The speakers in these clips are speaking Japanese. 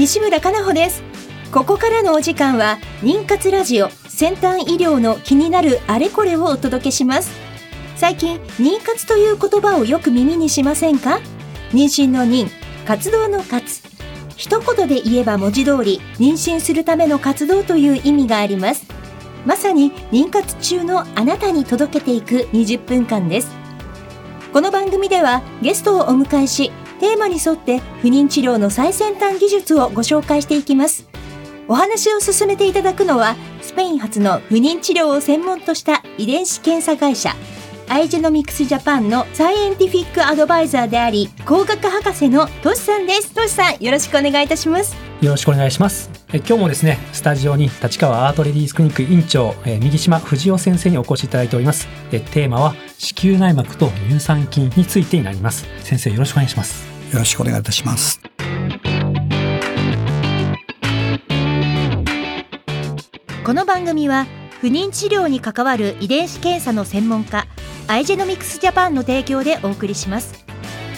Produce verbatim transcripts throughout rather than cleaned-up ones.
西村かなほです。ここからのお時間は妊活ラジオ、先端医療の気になるあれこれをお届けします。最近妊活という言葉をよく耳にしませんか？妊娠の妊、活動の活、一言で言えば文字通り妊娠するための活動という意味があります。まさに妊活中のあなたに届けていくにじゅっぷんかんです。この番組ではゲストをお迎えし、テーマに沿って不妊治療の最先端技術をご紹介していきます。お話を進めていただくのは、スペイン発の不妊治療を専門とした遺伝子検査会社アイジェノミクスジャパンのサイエンティフィックアドバイザーであり、工学博士のトシさんです。トシさん、よろしくお願いいたします。 よろしくお願いします。え今日もですね、スタジオに立川アートレディースクリニック院長、え右島藤夫先生にお越しいただいております。えテーマは子宮内膜と乳酸菌についてになります。先生、よろしくお願いします。 よろしくお願いいたします。 この番組は不妊治療に関わる遺伝子検査の専門家アイジェノミクスジャパンの提供でお送りします。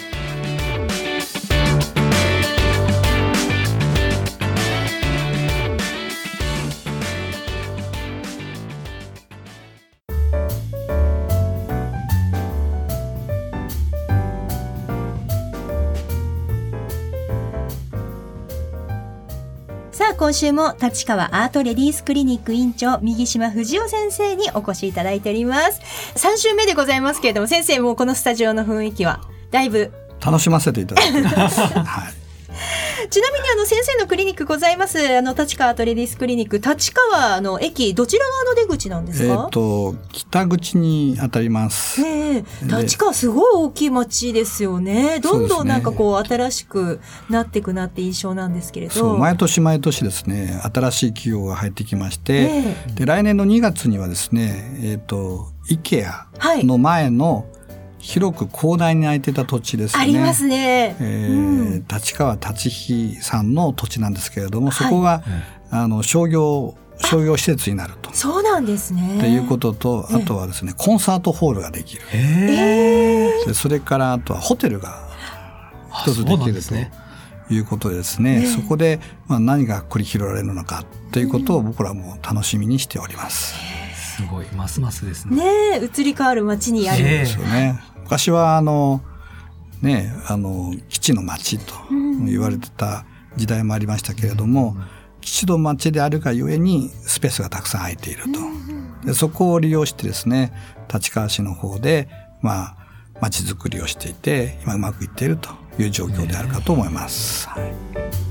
さあ、今週も立川アートレディースクリニック院長右島藤夫先生にお越しいただいております。さん週目でございますけれども、先生、もうこのスタジオの雰囲気はだいぶ楽しませていただいています、はい、 ちなみにあの先生のクリニックございますあの立川アートレディースクリニック、立川の駅どちら側の出口なんですか？ えー、と北口に当たります。 えー、立川すごい大きい街ですよね。どんどんなんかこう新しくなっていくなって印象なんですけれど、 そう毎年毎年ですね、新しい企業が入ってきまして、えー、で来年のにがつにはですね、えー、と IKEA の前の広く広大に空いてた土地ですね。 ありますね、 えーうん、立川立飛さんの土地なんですけれども、そこが、はい、あの商業商業施設になると。 そうなんですね。 ということと、あとはですね、コンサートホールができる。 えー、 でそれからあとはホテルが一つできるということでですね、そこで、まあ、何が繰り広げられるのかということを僕らも楽しみにしております。 すごい、ますますですね。 ねえ、移り変わる街にある。 ですよね。昔はあのね、あの基地の町と言われてた時代もありましたけれども、うん、基地の町であるがゆえにスペースがたくさん空いていると、うん、でそこを利用してですね、立川市の方でまあ町づくりをしていて、今うまくいっているという状況であるかと思います。はい。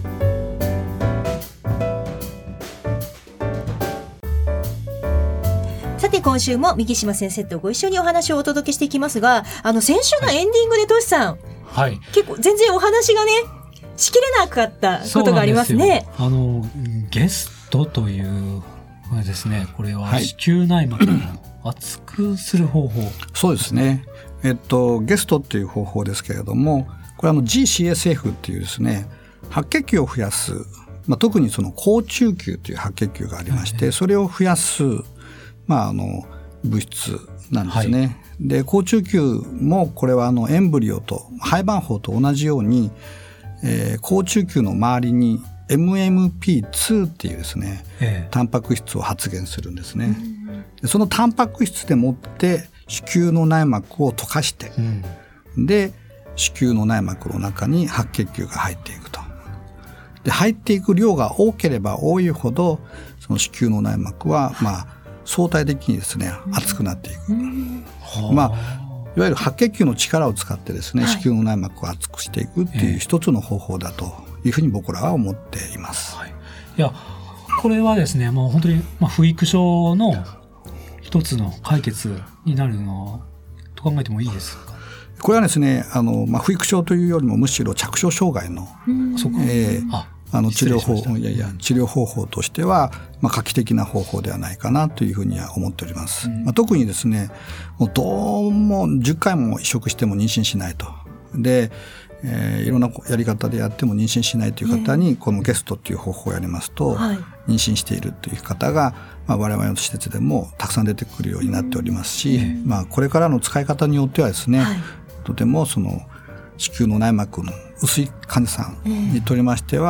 さて、今週も右島先生とご一緒にお話をお届けしていきますが、あの先週のエンディングでトシさん、はい、結構全然お話がねしきれなかったことがありますね。 あのゲストというですね、これは子宮内膜を厚くする方法、はい、 そうですね、えっと、ゲストっていう方法ですけれども、これあの ジーシーエスエフ っていうですね、白血球を増やす、まあ、特にその好中球という白血球がありまして、はい、それを増やすまあ、あの物質なんですね、はい、で好中球もこれはあのエンブリオと胚盤胞と同じように、えー、好中球の周りに エムエムピーツー っていうですね、ええ、タンパク質を発現するんですね。でそのタンパク質でもって子宮の内膜を溶かして、うん、で子宮の内膜の中に白血球が入っていくと。で入っていく量が多ければ多いほどその子宮の内膜はまあ相対的にですね厚くなっていく、うんまあ、いわゆる白血球の力を使ってですね、はい、子宮の内膜を厚くしていくっていう一つの方法だというふうに僕らは思っています、はい、 いやこれはですね、もう本当に、まあ、不育症の一つの解決になるのと考えてもいいですか？ これはですね、あの、まあ、不育症というよりもむしろ着床障害の、えー、ああの治療法いやいや治療方法としては、まあ、画期的な方法ではないかなというふうには思っております、うんまあ、特にですね、もうどうもじゅっかいも移植しても妊娠しないと。で、えー、いろんなやり方でやっても妊娠しないという方にこのゲストっていう方法をやりますと、はい、妊娠しているという方が、まあ、我々の施設でもたくさん出てくるようになっておりますし、うんまあ、これからの使い方によってはですね、はい、とてもその子宮の内膜の薄い患者さんにとりましては、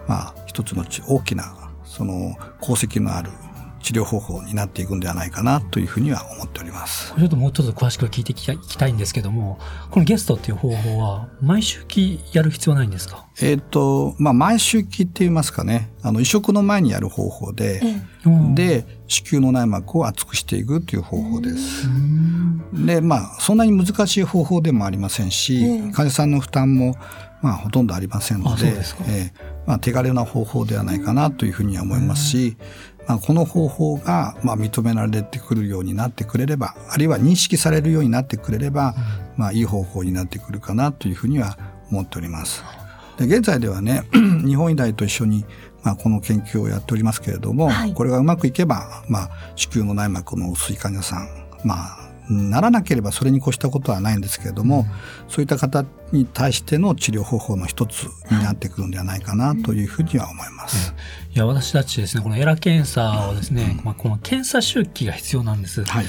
まあ、一つの大きなその功績のある治療方法になっていくんではないかなというふうには思っております。 ちょっともうちょっと詳しく聞いていきたい、いきたいんですけども、このゲストっていう方法は毎週期やる必要ないんですか？ えっと、まあ、毎週期って言いますかね、あの移植の前にやる方法で、うん、で子宮の内膜を厚くしていくという方法です。で、まあそんなに難しい方法でもありませんし、うん、患者さんの負担もまあほとんどありませんので、で、えーまあ、手軽な方法ではないかなというふうには思いますし、まあ、この方法がまあ認められてくるようになってくれれば、あるいは認識されるようになってくれれば、うん、まあいい方法になってくるかなというふうには思っております。で、現在ではね日本医大と一緒にまあこの研究をやっておりますけれども、はい、これがうまくいけば、まあ、子宮の内膜の薄い患者さん、まあならなければそれに越したことはないんですけれども、うん、そういった方に対しての治療方法の一つになってくるんではないかなというふうには思います。 うん、いや、私たちですね、このエラ検査をですね、うん、まあ、この検査周期が必要なんです。はい、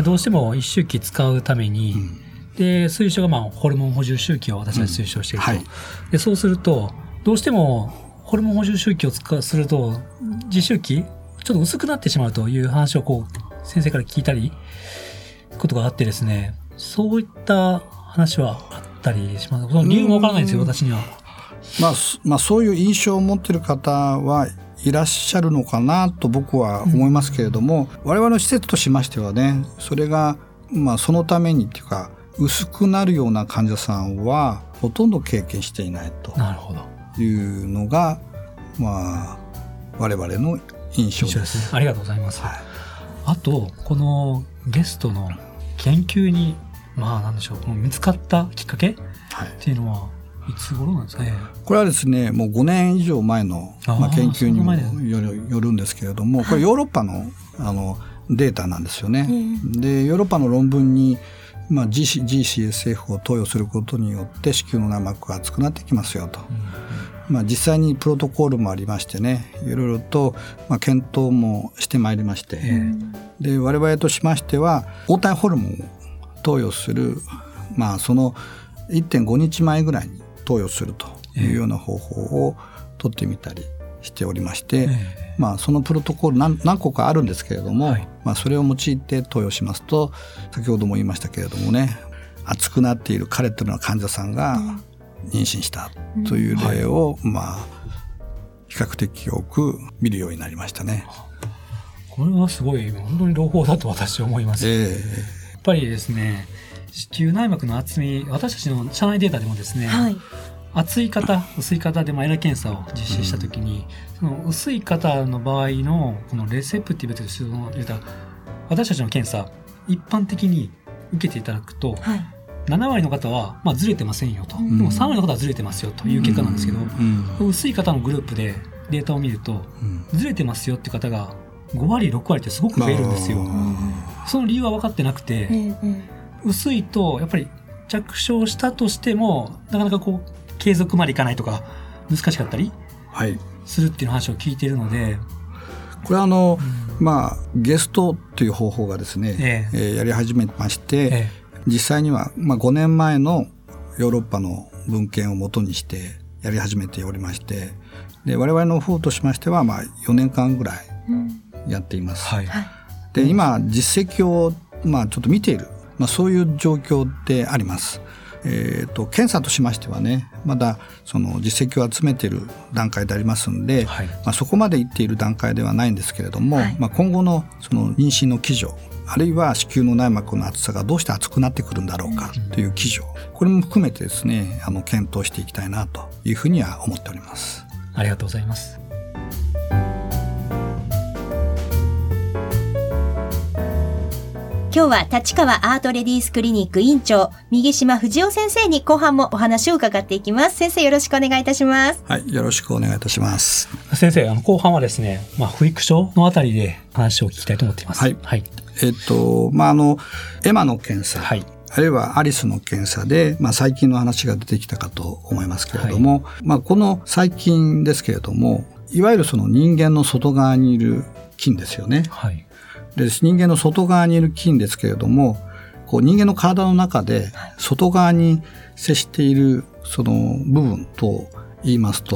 どうしても一周期使うために、うん、で推奨がまあホルモン補充周期を私たち推奨していると、うん、はい、でそうするとどうしてもホルモン補充周期を使うすると次周期ちょっと薄くなってしまうという話をこう先生から聞いたりことがあってですね、そういった話はあったりします。その理由もわからないんですよ、私には。 まあ、まあそういう印象を持っている方はいらっしゃるのかなと僕は思いますけれども、うん、我々の施設としましてはね、それがまあそのためにっていうか薄くなるような患者さんはほとんど経験していないというのが、まあ我々の印象です。 ありがとうございます。はい、あとこのゲストの研究にまあなんでしょう、見つかったきっかけっていうのはいつ頃なんですかね？ これはですね、もうごねん以上前のまあ研究にもよる、よるんですけれども、これヨーロッパのあのデータなんですよね。でヨーロッパの論文にまあ、ジーシーエスエフ を投与することによって子宮の内膜が厚くなってきますよと、うん、まあ、実際にプロトコールもありましてね、いろいろとまあ検討もしてまいりまして、うん、で我々としましては黄体ホルモンを投与する、まあ、その いってんごにちまえぐらいに投与するというような方法を取ってみたりしておりまして、うん、まあ、そのプロトコール 何, 何個かあるんですけれども、はい、まあ、それを用いて投与しますと、先ほども言いましたけれどもね、厚くなっている彼というような患者さんが妊娠したという例を、うん、まあ、比較的多く見るようになりましたね。 これはすごい本当に朗報だと私は思います。えー、やっぱりですね、子宮内膜の厚み、私たちの社内データでもですね、はい、厚い方薄い方でエラ検査を実施したときに、うん、その薄い方の場合のこのレセプティブという私たちの検査一般的に受けていただくと、はい、ななわりの方はまあずれてませんよと、うん、でもさんわりの方はずれてますよという結果なんですけど、うんうん、薄い方のグループでデータを見ると、うん、ずれてますよって方がごわりろくわりってすごく増えるんですよ。その理由は分かってなくて、うんうん、薄いとやっぱり着床したとしてもなかなかこう継続までいかないとか難しかったりするっていう話を聞いているので、 これはあの、うん、まあゲストっていう方法がですね、えええー、やり始めまして、ええ、実際にはまあごねんまえのヨーロッパの文献をもとにしてやり始めておりまして、で我々の方としましてはまあよねんかんぐらいやっています。うん、はい、で今実績をまあちょっと見ている、まあ、そういう状況であります。えー、と検査としましてはね、まだその実績を集めている段階でありますので、はい、まあ、そこまでいっている段階ではないんですけれども、はい、まあ、今後のその妊娠の基準、あるいは子宮の内膜の厚さがどうして厚くなってくるんだろうかという基準、これも含めてですね、あの検討していきたいなというふうには思っております。 ありがとうございます。 今日は立川アートレディースクリニック院長右島藤夫先生に後半もお話を伺っていきます。先生、よろしくお願いいたします。 はい、よろしくお願いいたします。 先生、あの後半はですね、まあ、不育症のあたりで話を聞きたいと思っています。はい、はい、 えっとまああのエマの検査、はい、あるいはアリスの検査で、まあ、最近の話が出てきたかと思いますけれども、はい、まあ、この最近ですけれども、いわゆるその人間の外側にいる菌ですよね。はい、で人間の外側にいる菌ですけれども、こう人間の体の中で外側に接しているその部分と言いますと、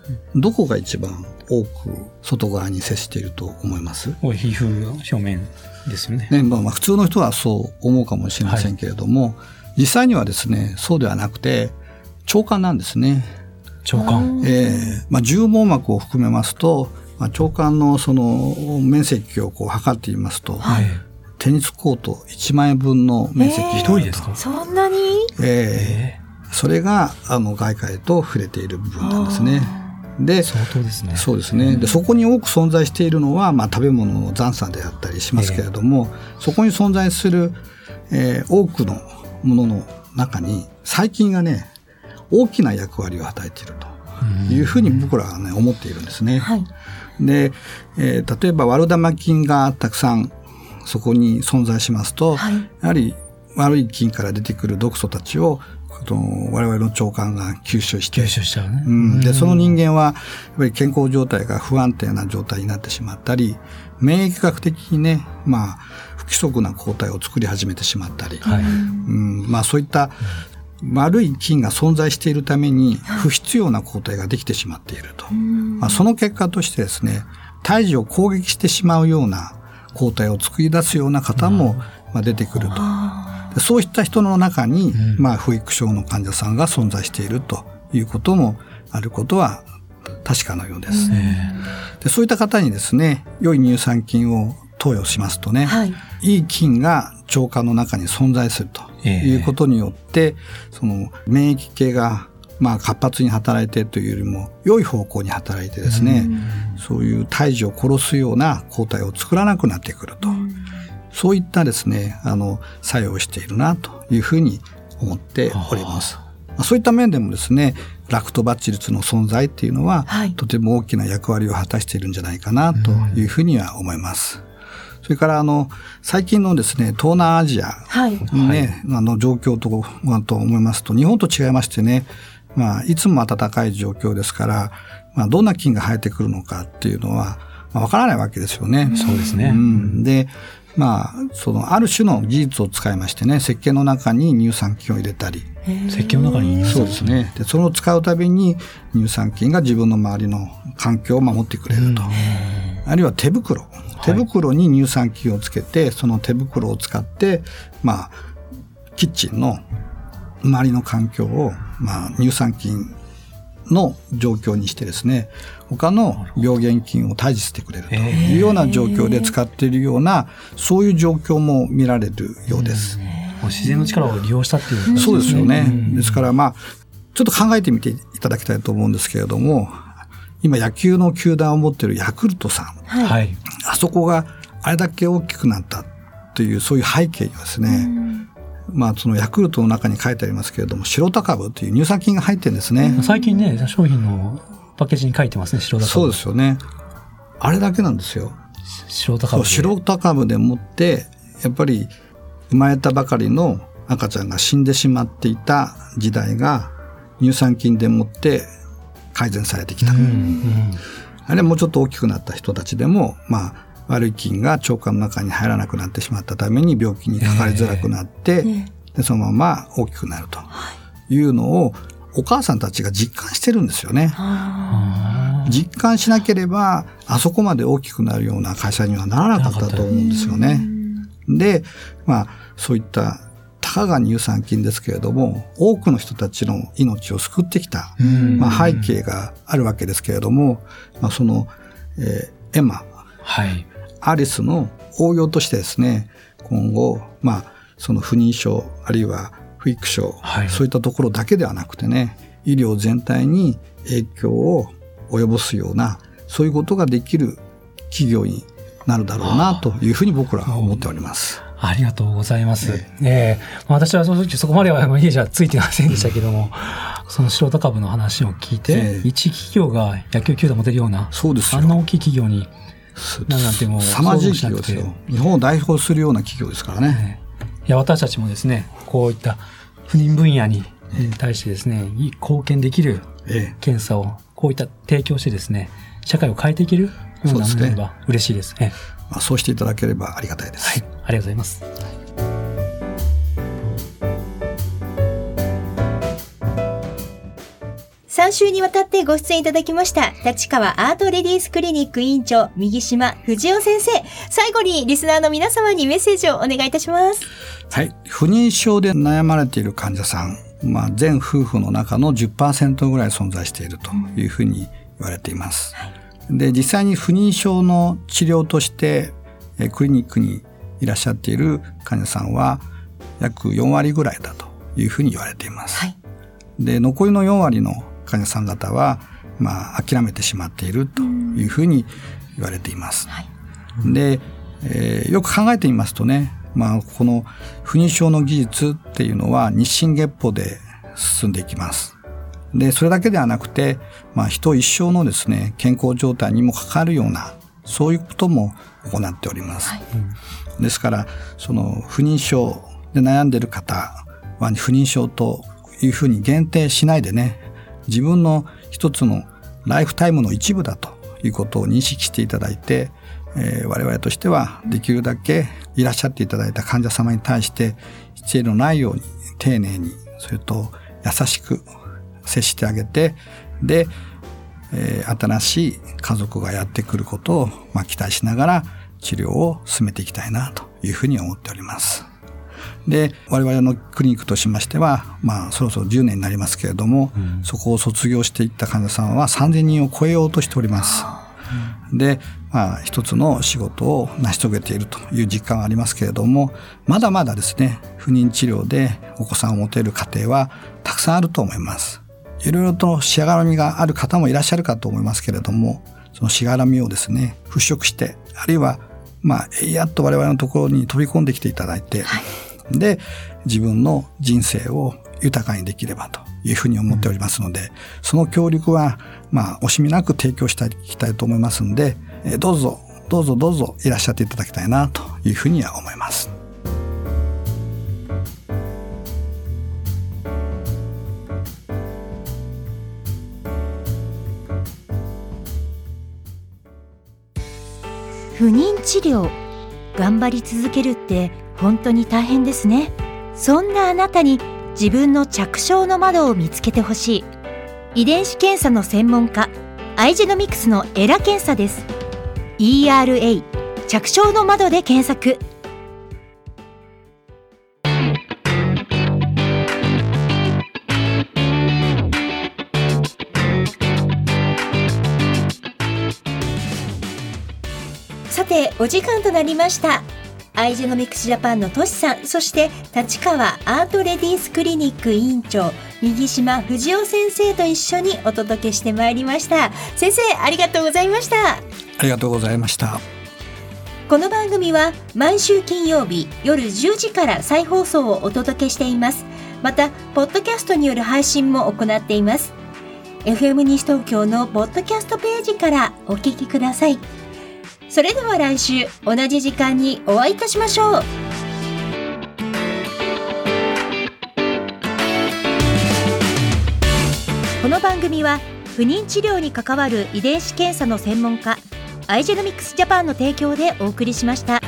どこが一番多く外側に接していると思います？ 皮膚の表面ですよね。 ね、まあ、まあ普通の人はそう思うかもしれませんけれども、はい、実際にはですね、そうではなくて腸管なんですね。 腸管、 えーまあ、重網膜を含めますと、まあ、腸管のその面積をこう測ってみますと、はい、テニスコートいちまん円分の面積、 一人ですか？ そんなに、 えーそれがあの外界と触れている部分なんですね。で、 相当ですね。 そうですね。で、そこに多く存在しているのは、まあ、食べ物の残渣であったりしますけれども、えー、そこに存在する、えー、多くのものの中に細菌がね、大きな役割を与えているというふうに僕らはね、思っているんですね。はい、で、えー、例えば悪玉菌がたくさんそこに存在しますと、はい、やはり悪い菌から出てくる毒素たちを我々の腸管が吸収して吸収しちゃうね、 うん、でその人間はやっぱり健康状態が不安定な状態になってしまったり、免疫学的にね、まあ、不規則な抗体を作り始めてしまったり、はい、うん、まあ、そういった悪い菌が存在しているために不必要な抗体ができてしまっていると、まあ、その結果としてですね、胎児を攻撃してしまうような抗体を作り出すような方もまあ出てくると。そういった人の中に、うん、まあ、不育症の患者さんが存在しているということもあることは確かなようです。で、そういった方にですね、良い乳酸菌を投与しますとね、はい、いい菌が腸管の中に存在するということによって、その免疫系がまあ活発に働いているというよりも良い方向に働いてですね、うん、そういう胎児を殺すような抗体を作らなくなってくると。うん、そういったですね、あの作用をしているなというふうに思っております。そういった面でもですね、ラクトバチルスの存在っていうのは、はい、とても大きな役割を果たしているんじゃないかなというふうには思います。うん、それからあの最近のですね、東南アジア、はいね、あの状況とと思いますと、日本と違いましてね、まあ、いつも暖かい状況ですから、まあ、どんな菌が生えてくるのかっていうのはわからないわけですよね。 そうですね。 うん、で、まあ、そのある種の技術を使いましてね、石鹸の中に乳酸菌を入れたり、 石鹸の中にそうですね。で、それを使うたびに乳酸菌が自分の周りの環境を守ってくれると。あるいは手袋、手袋に乳酸菌をつけて、その手袋を使って、まあ、キッチンの周りの環境を、まあ、乳酸菌の状況にしてですね、他の病原菌を退治してくれるというような状況で使っているような、そういう状況も見られるようです。 自然の力を利用したっていうことですね。 そうですよね。ですからまあ、ちょっと考えてみていただきたいと思うんですけれども、今野球の球団を持っているヤクルトさん、はい、あそこがあれだけ大きくなったというそういう背景にはですね、まあ、そのヤクルトの中に書いてありますけれども、白タ株という乳酸菌が入ってるんですね。 最近ね、商品のパッケージに書いてますね、白タ株。 そうですよね。あれだけなんですよ。 白タ株。 白タ株でもって、やっぱり生まれたばかりの赤ちゃんが死んでしまっていた時代が乳酸菌でもって改善されてきた。うんうん、あれはもうちょっと大きくなった人たちでも、まあ、悪い菌が腸管の中に入らなくなってしまったために病気にかかりづらくなって、えー、でそのまま大きくなるというのをお母さんたちが実感してるんですよね。実感しなければあそこまで大きくなるような会社にはならなかったと思うんですよね。で、まあそういったたかが乳酸菌ですけれども、多くの人たちの命を救ってきた、まあ、背景があるわけですけれども、まあ、その、えー、エマ、はい、アリスの応用としてですね、今後、まあ、その不妊症あるいは不育症、はい、そういったところだけではなくてね、医療全体に影響を及ぼすようなそういうことができる企業になるだろうなというふうに僕らは思っております。 ありがとうございます。ええー、私は正直そこまでは家じゃついてませんでしたけども、その白タ株の話を聞いて、えー、一企業が野球球団持てるような、そうですよ、あんな大きい企業になんてもう凄まじい企業ですよ。日本を代表するような企業ですからね。 えー、いや私たちもですね、こういった不妊分野に対してですね、貢献できる検査をこういった提供してですね、社会を変えていけるようなものが嬉しいです。えーまあ、そうしていただければありがたいです。 はい、ありがとうございます。 ささん週にわたってご出演いただきました立川アートレディースクリニック院長右島藤夫先生、最後にリスナーの皆様にメッセージをお願いいたします。 はい、不妊症で悩まれている患者さん、まあ、全夫婦の中の じゅっパーセント ぐらい存在しているというふうに言われています、うん、で実際に不妊症の治療としてクリニックにいらっしゃっている患者さんは約よんわりぐらいだというふうに言われています、はい、で残りのよんわりの患者さん方は、まあ、諦めてしまっているというふうに言われています、はい、で、えー、よく考えてみますとね、まあ、この不妊症の技術っていうのは日進月歩で進んでいきます。でそれだけではなくて、まあ、人一生のですね健康状態にも関わるようなそういうことも行っております、はい、ですからその不妊症で悩んでいる方は不妊症というふうに限定しないでね、自分の一つのライフタイムの一部だということを認識していただいて、えー、我々としてはできるだけいらっしゃっていただいた患者様に対して失礼のないように丁寧にそれと優しく接してあげて、で、えー、新しい家族がやってくることを、まあ、期待しながら治療を進めていきたいなというふうに思っております。で我々のクリニックとしましては、まあ、そろそろじゅうねんになりますけれども、うん、そこを卒業していった患者さんはさんぜんにんを超えようとしております。で、まあ、一つの仕事を成し遂げているという実感はありますけれども、まだまだですね不妊治療でお子さんを持てる家庭はたくさんあると思います。いろいろとしがらみがある方もいらっしゃるかと思いますけれども、そのしがらみをですね払拭して、あるいはまあやっと我々のところに飛び込んできていただいて、はい、で自分の人生を豊かにできればというふうに思っておりますので、うん、その協力はまあ惜しみなく提供していきたいと思いますので、えどうぞどうぞどうぞいらっしゃっていただきたいなというふうには思います。 不妊治療、頑張り続けるって本当に大変ですね。そんなあなたに自分の着床の窓を見つけてほしい。遺伝子検査の専門家アイジェノミクスのエラ検査です。 イーアールエー 着床の窓で検索。さてお時間となりました。アイジェノミクスジャパンのトシさん、そして立川アートレディースクリニック院長右島藤夫先生と一緒にお届けしてまいりました。先生ありがとうございました。 ありがとうございました。 この番組は毎週金曜日夜じゅうじから再放送をお届けしています。またポッドキャストによる配信も行っています。 エフエム 西東京のポッドキャストページからお聞きください。それでは来週同じ時間にお会いいたしましょう。この番組は不妊治療に関わる遺伝子検査の専門家アイジェノミクスジャパンの提供でお送りしました。